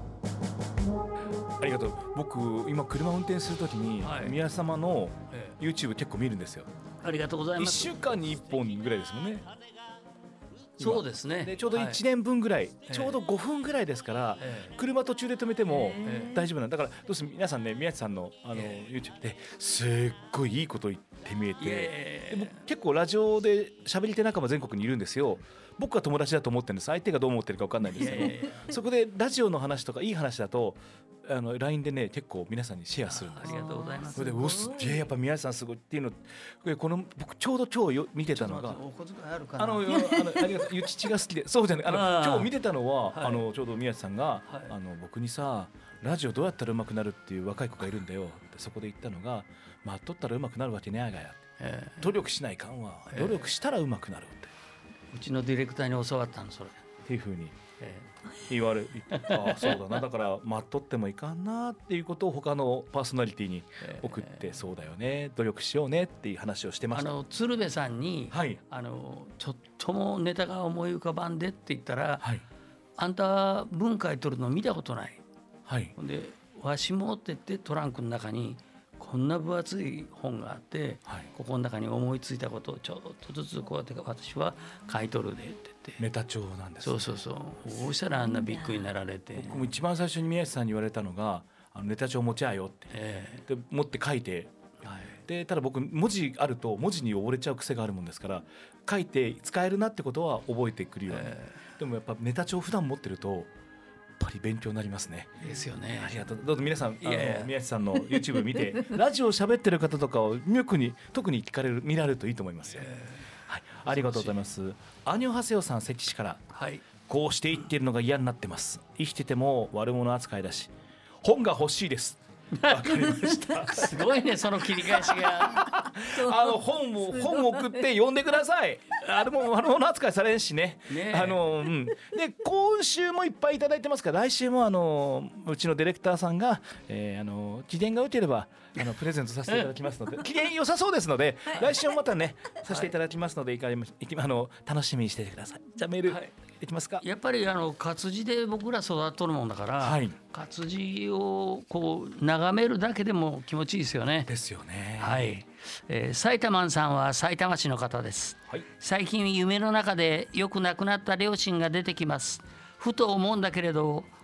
ありがとう。僕今車運転するときに、はい、宮様の YouTube 結構見るんですよ。 ありがとうございます。 いっしゅうかんにいっぽんぐらいですもんね。 そうですね。 でちょうどいちねんぶんぐらい、はい、ちょうどごふんぐらいですから、えー、車途中で止めても大丈夫なんだから、どうせ皆さんね、宮地さんの、あの、えー、YouTube ですっごいいいこと言って見えて、えー、でも結構ラジオで喋り手仲間全国にいるんですよ。僕は友達だと思ってるんです。相手がどう思ってるか分かんないんですけど、えー、そこでラジオの話とかいい話だとあの ライン でね結構皆さんにシェアするんです。 ありがとうございます。 それでおすっげえやっぱ宮地さんすごいっていうの、この僕ちょうど今日よ見てたのが、 お小遣いあるかな、 あのあのありがとう、ゆちちが好きで、そうじゃない、あのあ今日見てたのは、はい、あのちょうど宮地さんが、はい、あの僕にさラジオどうやったら上手くなるっていう若い子がいるんだよって、そこで言ったのが、まあ取ったら上手くなるわけねえがや、えー、努力しないかんわ、努力したら上手くなるって、 うちのディレクターに教わったのそれっていう風に、えー、言われあそうだな、だから待っとってもいかんなっていうことを他のパーソナリティに送って、えー、そうだよね、努力しようねっていう話をしてました。 あの鶴瓶さんに、はい、あのちょっともネタが思い浮かばんでって言ったら、はい、あんた文書いとるの見たことない、はい、でわしもって言ってトランクの中にこんな分厚い本があって、はい、ここの中に思いついたことをちょっとずつこうやって私は書いとるでって言って、 ネタ帳なんです、 ね、そうそうそう、どうしたらあんなびっくりになられて、 僕も一番最初に宮地さんに言われたのが、あのネタ帳持ちゃよって、えー、で持って書いて、はい、でただ僕文字あると文字に溺れちゃう癖があるもんですから、書いて使えるなってことは覚えてくるよね、えー、でもやっぱネタ帳普段持ってるとやっぱり勉強になりますね。 ですよね。 ありがとう。どうぞ皆さん、あの宮地さんの YouTube 見てラジオ喋ってる方とかを特に特に聞かれる見られるといいと思いますよ。はい、ありがとうございます。アニョハセヨさん、関市から、はい、こうして生きているのが嫌になってます。生きてても悪者扱いだし、本が欲しいです。わかりました。 すごいね、その切り返しが。 あの本を本を送って読んでください。あれも悪者扱いされんしね。ねあの、うん、で今週もいっぱいいただいてますから、来週もあのうちのディレクターさんが、えー、あの機嫌が良ければあのプレゼントさせていただきますので、機嫌良さそうですので、来週もまたねさせていただきますので、いかいきあの楽しみにしててください。じゃあメール、はい、いきますか。 やっぱりあの活字で僕ら育っとるもんだから、はい、活字をこう眺めるだけでも気持ちいいですよね。 ですよね。 はい、えー、埼玉さんは埼玉市の方です、はい、最近夢の中でよく亡くなった両親が出てきます。ふと思うんだけれど、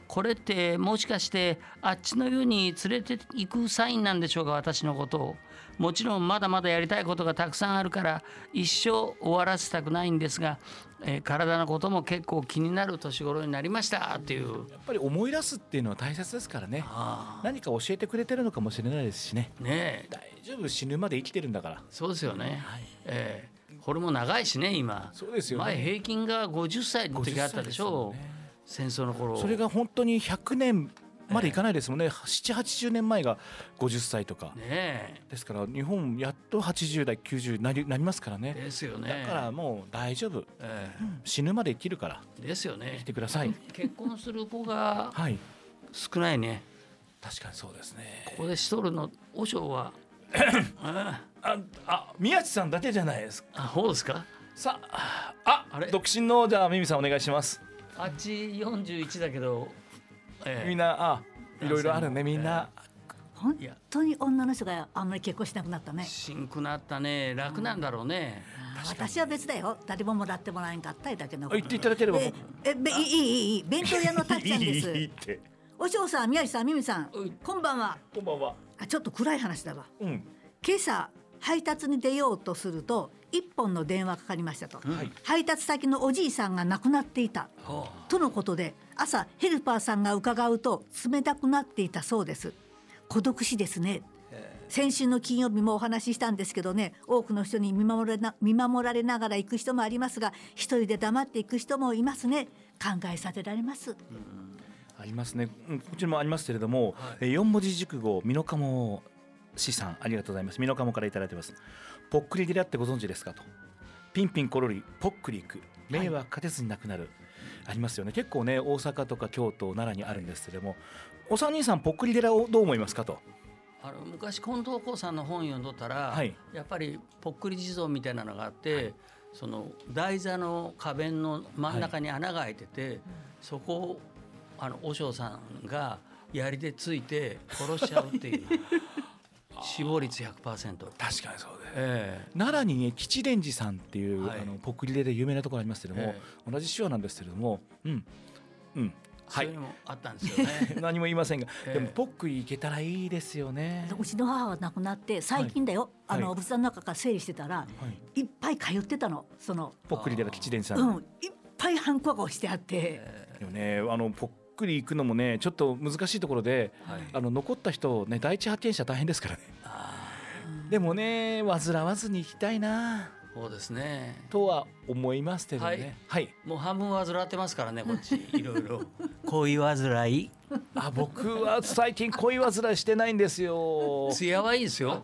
これってもしかしてあっちの世に連れて行くサインなんでしょうか、私のことを。もちろんまだまだやりたいことがたくさんあるから一生終わらせたくないんですが、えー、体のことも結構気になる年頃になりましたっていう。 やっぱり思い出すっていうのは大切ですからね。何か教えてくれてるのかもしれないですしね。 ねえ、 大丈夫、死ぬまで生きてるんだから。 そうですよね、はい、えー、これも長いしね今。 そうですよね。 前平均がごじゅっさいの時あったでしょう、ね、戦争の頃。 それが本当にひゃくねんまでいかないですもんね、えー、ななじゅうはちじゅうねんまえがごじゅっさいとか、 ね、 ですから日本やっとはちじゅうだいきゅうじゅうなりなりますからね。 ですよね。 だからもう大丈夫、えーうん、死ぬまで生きるからですよね。 生きてください。 結婚する子が少ないね、 はい、確かにそうですね。 ここでしとるの和尚はあああ、宮地さんだけじゃないですか。 あ、そうですか。 さあ、ああれ独身のじゃあミミさんお願いします。 あっちよんじゅういちだけど、 ええ、みんなあいろいろあるね、みんな。 本当に女の人があんまり結婚しなくなったね。 しんくなったね。楽なんだろうね。 私は別だよ。誰ももらってもらえんかっただけの。 言っていただければ。 ええ、べいいいいいい弁当屋のたっちゃんです。いいって。お嬢さん、宮地さん、ミミさん、こんばんは。 こんばんは。 あ、ちょっと暗い話だわ。 うん。 今朝配達に出ようとすると一本の電話かかりましたと、はい、配達先のおじいさんが亡くなっていた、はあ、とのことで、朝ヘルパーさんが伺うと冷たくなっていたそうです。孤独死ですね。先週の金曜日もお話ししたんですけどね、多くの人に見守られな、見守られながら行く人もありますが、一人で黙っていく人もいますね。考えさせられます。うん、 ありますね、うん、こちらもありますけれども、はい、よん文字熟語、美濃加茂市さん、ありがとうございます。美濃加茂からいただいてます。ぽっくり寺ってご存知ですかと。ピンピンコロリぽっくりいく、迷惑かけずになくなる、はい、ありますよね。結構ね、大阪とか京都、奈良にあるんですけれども、お三人さんぽっくり寺をどう思いますかと。 あの昔近藤光さんの本読んどったら、はい、やっぱりぽっくり地蔵みたいなのがあって、はい、その台座の花弁の真ん中に穴が開いてて、はい、そこをあの和尚さんが槍でついて殺しちゃうっていう死亡率 ひゃくパーセント。 確かにそうで、えー、奈良にね吉蓮寺さんっていう、はい、あのぽっくり寺で有名なところありますけども、えー、同じ師匠なんですけれども、うんうんはい、そういうのもあったんですよね。 何も言いませんが、えー、でもぽっくりいけたらいいですよね。 うちの母は亡くなって最近だよ、はい、あの、はい、仏壇の中から整理してたら、はい、いっぱい通ってたの、そのぽっくり寺吉蓮寺さん、 うん、いっぱいハンコが押してあって、 えー、でもね、あのぽっくり行くのもねちょっと難しいところで、はい、あの残った人ね、第一発見者大変ですからね。でもね、煩わずに行きたいな。 そうですねとは思いますけどね、はいはい、もう半分患ってますからね、こっちいろいろ恋煩い。 あ、僕は最近恋煩いしてないんですよ。 艶はいいですよ。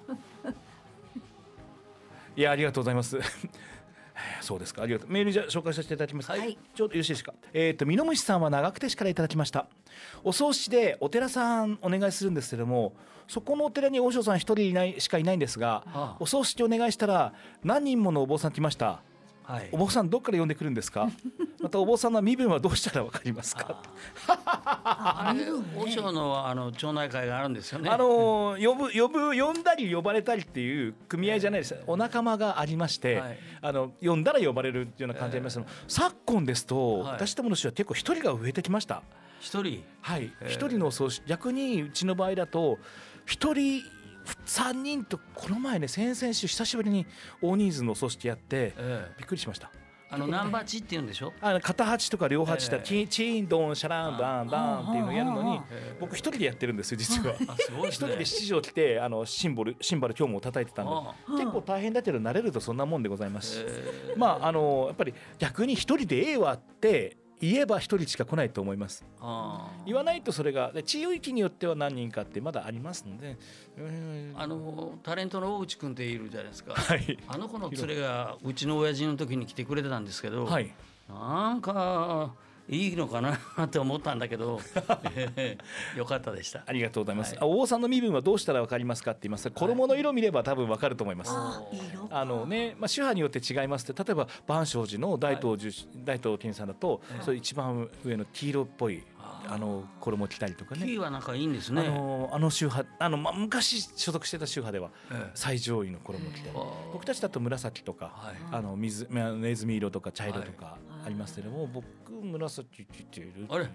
いや、ありがとうございます。そうですか、ありがとう。メールじゃ紹介させていただきます。はい、ちょっとよろしいですか。えっと、美濃虫さんは長久手市からいただきました。お葬式でお寺さんお願いするんですけども、そこのお寺に和尚さん一人いないしかいないんですが、はあ、お葬式お願いしたら何人ものお坊さん来ました。はい、お坊さんどっから呼んでくるんですか。またお坊さんの身分はどうしたらわかりますか。 あれ、和尚のあの町内会があるんですよね。 あの呼ぶ呼ぶ呼んだり呼ばれたりっていう組合じゃないです。お仲間がありまして、はい、あの呼んだら呼ばれるっていうような感じありますけど、えー、昨今ですと、はい、私どもの市は結構一人が増えてきました。 一人、 はい、一人の葬式、逆にうちの場合だと一人さんにんと、この前ね、先々週久しぶりに大人数の葬式やって、えー、びっくりしました。 あのナンバーチって言うんでしょ。 あの片八とか両八だ、えー、チンチンドンシャランバンバンっていうのをやるのに、僕一人でやってるんですよ実は。一人で七条来て、あのシンボルシンバル今日も叩いてたんで、結構大変だけど慣れるとそんなもんでございますし、えー、まああのやっぱり逆に一人でええわって言えば一人しか来ないと思います。あ、言わないとそれが地域によっては何人かってまだありますので、 あのタレントの大内くんっているじゃないですか、 はい、 あの子の連れがうちの親父の時に来てくれてたんですけど、 はい、 なんかいいのかなって思ったんだけどよかったでした。 ありがとうございます。はい、お坊さんの身分はどうしたら分かりますかって言いますと、衣の色を見れば多分分かると思います。はい、あのね、まあ、宗派によって違いますって、例えば万象寺の大東寺、はい、大東金さんだと、はい、それ一番上の黄色っぽいあの衣着たりとかね。 黄は仲いいんですね。 あのあの宗派、あの、まあ、昔所属してた宗派では最上位の衣着て、えー、僕たちだと紫とか、はい、あの水ネズミ色とか茶色とかありますけれども、はい、僕紫着てる。 あれ、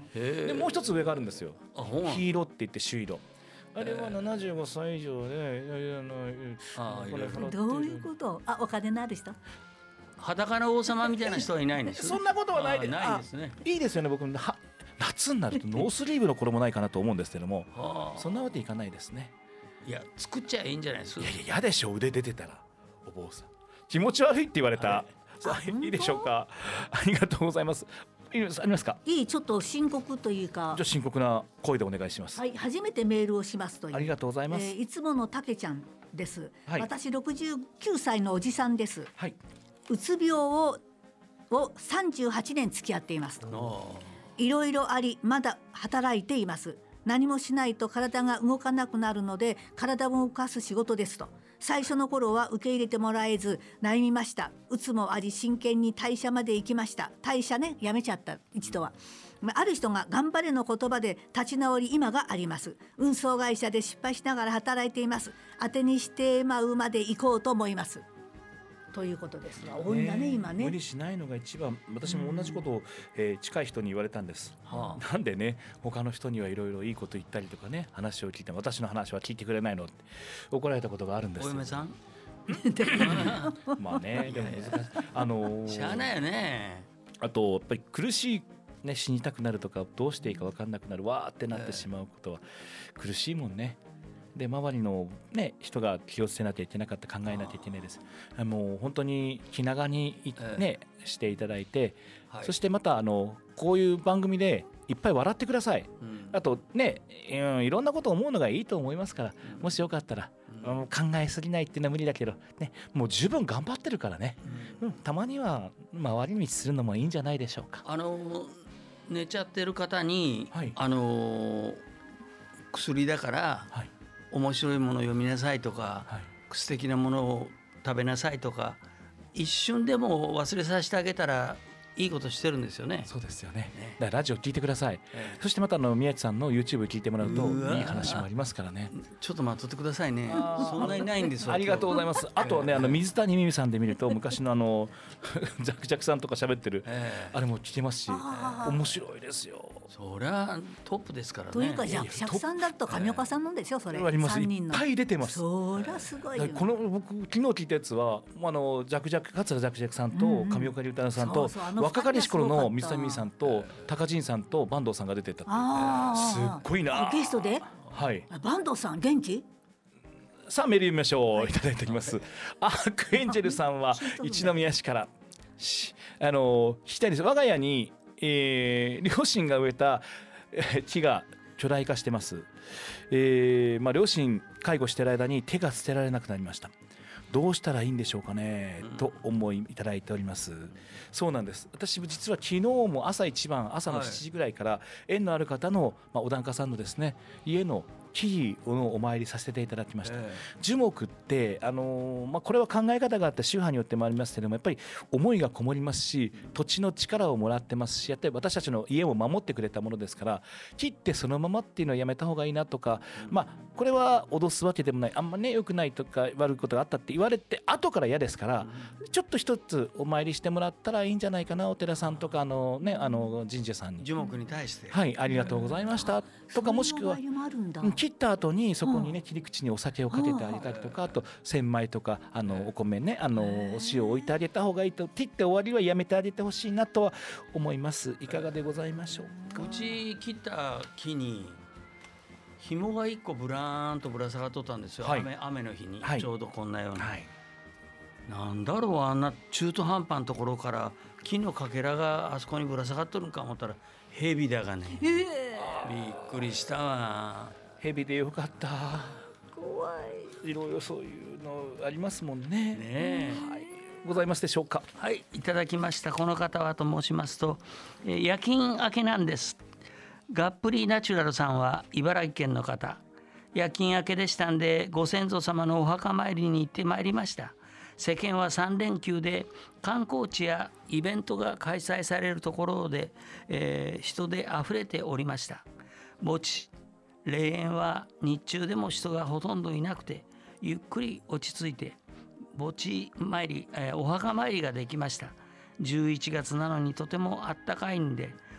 でもう一つ上があるんですよ。 あ、ほんま。 黄色って言って朱色。あれはななじゅうごさい以上で、 あーいろいろどういうこと？あ、お金のある人？ 裸の王様みたいな人はいないんです。 そんなことはないであーないですね。 いいですよね。僕は夏になるとノースリーブの衣ないかなと思うんですけども、 はあそんなわけいかないですね。 いや作っちゃいいんじゃないです。 いやいや嫌でしょ、腕出てたら。お坊さん気持ち悪いって言われた。 はいさあいいでしょうか。ありがとうございます。いいですありますか。 いい、ちょっと深刻というかじゃあ、深刻な声でお願いします。 はい、初めてメールをしますという。 ありがとうございます。 えーいつものたけちゃんです、 はい私ろくじゅうきゅうさいのおじさんです。 はい。 うつ病ををさんじゅうはちねん付き合っています。 あいろいろありまだ働いています。何もしないと体が動かなくなるので体を動かす仕事ですと。最初の頃は受け入れてもらえず悩みました。うつもあり真剣に退社まで行きました。退社ね、やめちゃった一度は。まあある人が頑張れの言葉で立ち直り今があります。運送会社で失敗しながら働いています。当てにしてまうまで行こうと思いますということですが、多いんだね今ね。 無理しないのが一番。私も同じことを、えー近い人に言われたんです、 はあなんでね他の人にはいろいろいいこと言ったりとかね、話を聞いても私の話は聞いてくれないのって怒られたことがあるんですよ。 お嫁さん。 まあね、でも難しい。あのーしゃあないよね。 あとやっぱり苦しい、ね、死にたくなるとかどうしていいか分かんなくなるわーってなってしまうことは苦しいもんね。で周りの、ね、人が気をつけなきゃいけなかった、考えなきゃいけないです。もう本当に気長にい、ねしていただいて、 はいそしてまたあのこういう番組でいっぱい笑ってください。 うんあとね、うん、いろんなことを思うのがいいと思いますから、もしよかったら、うん考えすぎないっていうのは無理だけど、ね、もう十分頑張ってるからね、うん、たまには回り道するのもいいんじゃないでしょうか。 あの寝ちゃってる方に、 はいあの薬だからはい面白いものを読みなさいとか、 はい素敵なものを食べなさいとか、一瞬でも忘れさせてあげたらいいことしてるんですよね。 そうですよね。 ねだからラジオ聞いてください。 ええそしてまたあの宮地さんの YouTube 聞いてもらうとうわいい話もありますからね。 ちょっと待っとってくださいね。 あーそんなにないんですよ。 ありがとうございます。あとはね、あの水谷美美さんで見ると昔のあのザクジャクさんとか喋ってるええあれも聞けますし、 あー面白いですよ。 そりゃトップですからね。 というかいやいや弱者さんだと上岡さんのですよそれ。 あります。い三人の。 っぱい出てます。 そりゃすごいよ。 この僕昨日聞いたやつはあのジャクジャク桂ジャクジャクさんとうんうん上岡龍太郎さんそとうそうあの若かりし頃の二人がすごかった水谷美美さんと高陣さんと坂東さんが出てたっていう。 あーすっごいな。 ゲストではい。 坂東さん元気？ さあメール読みましょう。いただいております。アークエンジェルさんは一宮市からしあの聞きたいです。我が家に、えー両親が植えたえー木が巨大化してます。えーまあ両親介護している間に手が捨てられなくなりました。どうしたらいいんでしょうかね、 うんと思いいただいております。そうなんです。私実は昨日も朝一番朝のしちじぐらいから縁のある方の、まあ、お檀家さんのですね家の木々をお参りさせていただきました。 え樹木ってあのーまあ、これは考え方があって宗派によってもありますけどもやっぱり思いがこもりますし土地の力をもらってますしやっぱり私たちの家を守ってくれたものですから木ってそのままっていうのはやめた方がいいなとか、まあ、これは脅すわけでもないあんまね良くないとか悪いことがあったって言われて後から嫌ですからちょっと一つお参りしてもらったらいいんじゃないかなお寺さんとかあの、ね、あの神社さんに。 樹木に対して。 はい、ありがとうございましたとかもしくはそういうお参りもあるんだ。 うん切った後にそこにね切り口にお酒をかけてあげたりとかあと千枚とかあのお米ねあのお塩を置いてあげた方がいいと切って終わりはやめてあげてほしいなとは思います。いかがでございましょうか。 うち切った木に紐が一個ブラーンとぶら下がっとったんですよ、 はい雨, 雨の日に、 はいちょうどこんなように、 はい、 なんだろうあんな中途半端なところから木のかけらがあそこにぶら下がっとるんか思ったら蛇だがね、びっくりしたわ。 蛇でよかった。 怖い。 いろいろそういうのありますもんね。 ねえ、 はい、ございますでしょうか。 はいいただきました。この方はと申しますと、えー夜勤明けなんです。がっぷりナチュラルさんは茨城県の方。夜勤明けでしたんでご先祖様のお墓参りに行ってまいりました。世間はさん連休で観光地やイベントが開催されるところで、えー人であふれておりました。墓地霊園は日中でも人がほとんどいなくてゆっくり落ち着いて墓地参り、えーお墓参りができました。じゅういちがつなのにとてもあったかいんで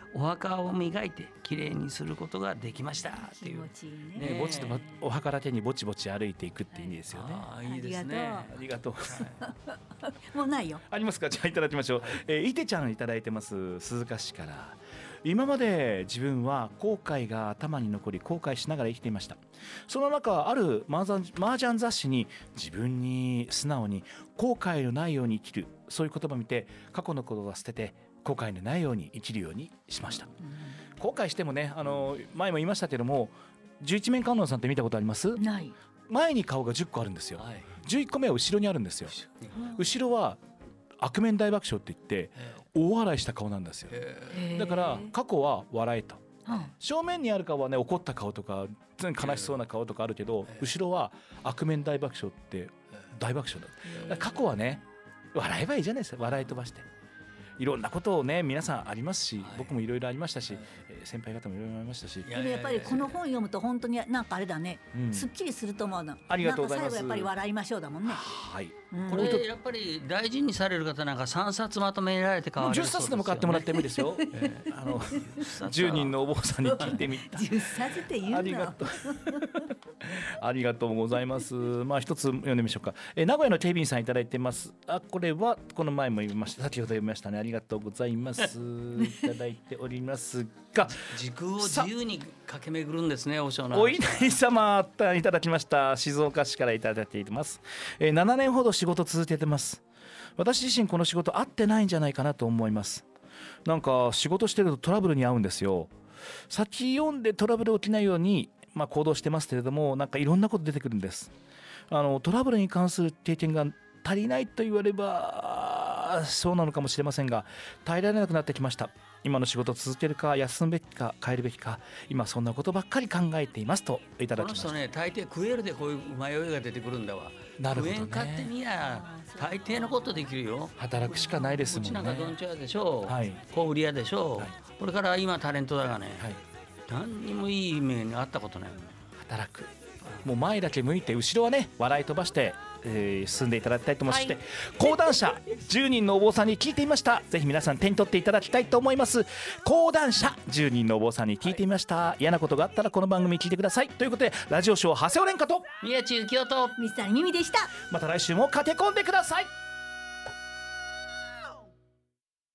お墓を磨いてきれいにすることができましたっていう。 気持ちいいね。 ね、ぼちぼお墓だけにぼちぼち歩いていくって意味ですよね。 ああいいですね。 ありがとう。 もうないよ。 ありますか。じゃあいただきましょう。えー、いてちゃんいただいてます。鈴鹿市から。今まで自分は後悔が頭に残り後悔しながら生きていました。その中ある麻雀雑誌に自分に素直に後悔のないように生きる、そういう言葉を見て過去のことは捨てて後悔のないように生きるようにしました。後悔してもね、あの前も言いましたけども、十一面観音さんって見たことあります？ ない。 前に顔がじゅっこあるんですよ、はい、じゅういっこめは後ろにあるんですよ、うん、後ろは悪面大爆笑って言って大笑いした顔なんですよ。だから過去は笑えた、正面にある顔はね怒った顔とか悲しそうな顔とかあるけど、後ろは悪面大爆笑って大爆笑だ。過去はね笑えばいいじゃないですか。笑い飛ばしていろんなことをね皆さんありますし、僕もいろいろありましたし、先輩方もいろいろありましたし、 でもやっぱりこの本読むと本当になんかあれだね、うん、すっきりすると思うの。 ありがとうございます。 最後やっぱり笑いましょうだもんね。 はい、 うん、 これやっぱり大事にされる方なんかさんさつまとめられて買われるそうですよね。じゅっさつでも買ってもらってもいいですよ、えー、あのじゅうにんのお坊さんに聞いてみた。 じゅっさつって言うの。 ありがとうありがとうございます。まあ一つ読んでみましょうか。えー、名古屋のケイビンさんいただいてます。あ、これはこの前も言いました、先ほど読みましたね。ありがとうございますいただいておりますが、 時空を自由に駆け巡るんですね。お正のお稲荷様いただきました。静岡市からいただいています。えー、ななねんほど仕事続けてます。私自身この仕事合ってないんじゃないかなと思います。なんか仕事してるとトラブルに遭うんですよ。先読んでトラブル起きないように、まあ、行動してますけれども、なんかいろんなこと出てくるんです。あのトラブルに関する経験が足りないと言わればそうなのかもしれませんが、耐えられなくなってきました。今の仕事を続けるか休むべきか変えるべきか、今そんなことばっかり考えていますといただきました。 この人ね、大抵食えるでこういう迷いが出てくるんだわ。 なるほどね。 食えんかってみや大抵のことできるよ。 働くしかないですもんね。 うちなんかどんちゃでしょう、 はい、 小売り屋でしょう、はい、これから今タレントだがね、はい、何にもいい目にあったことない。 働く、もう前だけ向いて後ろはね笑い飛ばして、えー、進んでいただきたいと思いまして、はい、講談社じゅうにんのお坊さんに聞いてみました。ぜひ皆さん手に取っていただきたいと思います。講談社じゅうにんのお坊さんに聞いてみました、はい、嫌なことがあったらこの番組聞いてくださいということで、ラジオショー長谷尾廉香と宮地幸雄と水谷美美でした。 また来週も駆け込んでください。